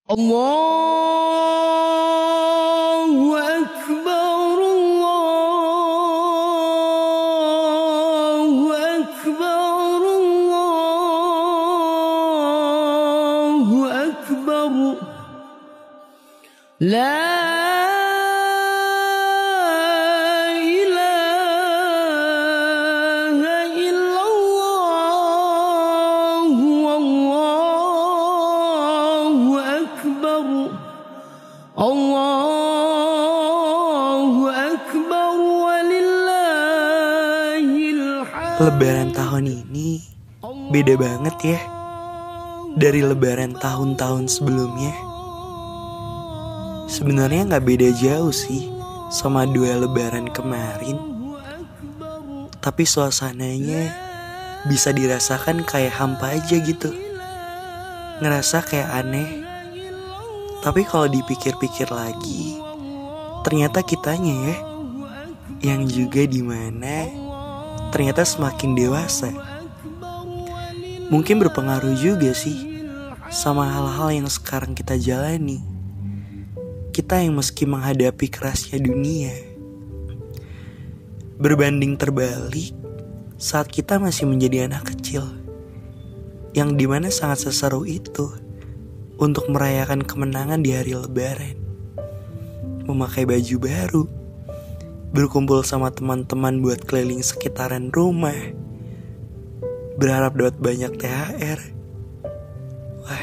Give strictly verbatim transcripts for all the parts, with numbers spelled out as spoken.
Allahu Akbar, Allahu Akbar, Allahu Akbar. La Allahu Akbar walillahil hamd. Lebaran tahun ini beda banget ya dari lebaran tahun-tahun sebelumnya. Sebenarnya gak beda jauh sih sama dua lebaran kemarin, tapi suasananya bisa dirasakan kayak hampa aja gitu. Ngerasa kayak aneh. Tapi kalau dipikir-pikir lagi, ternyata kitanya ya yang juga dimana ternyata semakin dewasa. Mungkin berpengaruh juga sih sama hal-hal yang sekarang kita jalani. Kita yang meski menghadapi kerasnya dunia, berbanding terbalik saat kita masih menjadi anak kecil, yang dimana sangat seseru itu untuk merayakan kemenangan di hari lebaran. Memakai baju baru, berkumpul sama teman-teman buat keliling sekitaran rumah, berharap dapat banyak T H R. Wah,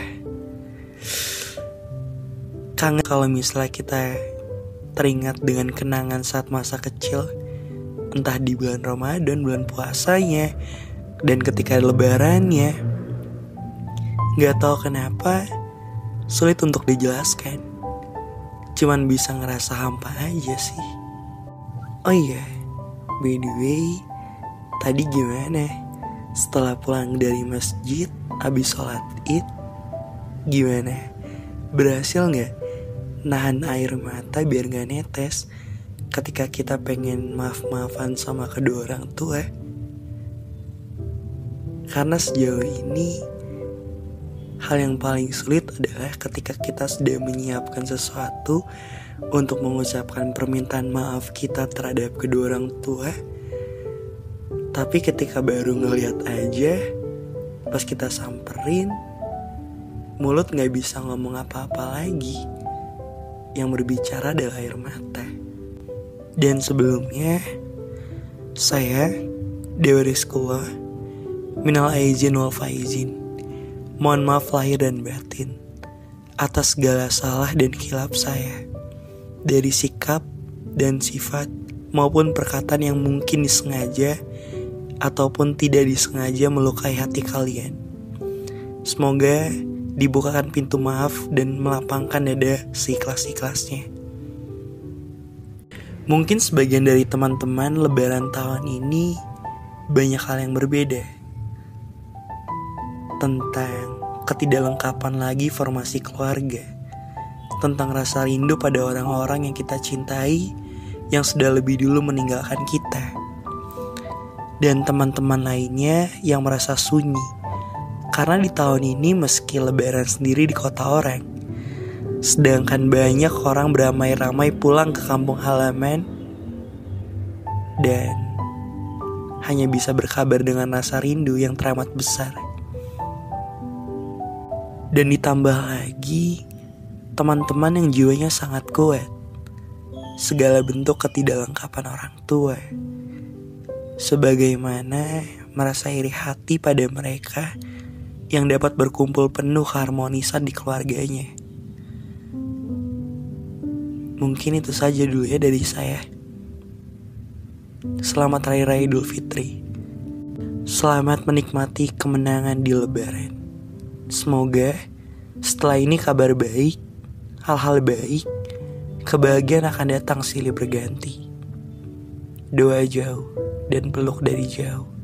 kangen kalau misalnya kita teringat dengan kenangan saat masa kecil, entah di bulan Ramadan, bulan puasanya, dan ketika lebarannya. Gak tahu kenapa sulit untuk dijelaskan, cuman bisa ngerasa hampa aja sih. Oh iya, by the way, tadi gimana setelah pulang dari masjid abis sholat id? Gimana, berhasil gak nahan air mata biar gak netes ketika kita pengen maaf-maafan sama kedua orang tua? Karena sejauh ini hal yang paling sulit adalah ketika kita sudah menyiapkan sesuatu untuk mengucapkan permintaan maaf kita terhadap kedua orang tua, tapi ketika baru ngeliat aja, pas kita samperin, mulut gak bisa ngomong apa-apa lagi. Yang berbicara adalah air mata. Dan sebelumnya, saya Dewa Rizkullah minal aizin wal faizin, mohon maaf lahir dan batin atas segala salah dan khilaf saya, dari sikap dan sifat maupun perkataan yang mungkin disengaja ataupun tidak disengaja melukai hati kalian. Semoga dibukakan pintu maaf dan melapangkan dada seikhlas-ikhlasnya. Mungkin sebagian dari teman-teman lebaran tahun ini banyak hal yang berbeda, tentang ketidaklengkapan lagi formasi keluarga, tentang rasa rindu pada orang-orang yang kita cintai yang sudah lebih dulu meninggalkan kita, dan teman-teman lainnya yang merasa sunyi karena di tahun ini meski lebaran sendiri di kota orang, sedangkan banyak orang beramai-ramai pulang ke kampung halaman dan hanya bisa berkabar dengan rasa rindu yang teramat besar. Dan ditambah lagi teman-teman yang jiwanya sangat kuat, segala bentuk ketidaklengkapan orang tua, sebagaimana merasa iri hati pada mereka yang dapat berkumpul penuh keharmonisan di keluarganya. Mungkin itu saja dulu ya dari saya. Selamat Hari Raya Idul Fitri. Selamat menikmati kemenangan di lebaran. Semoga setelah ini kabar baik, hal-hal baik, kebahagiaan akan datang silih berganti. Doa jauh dan peluk dari jauh.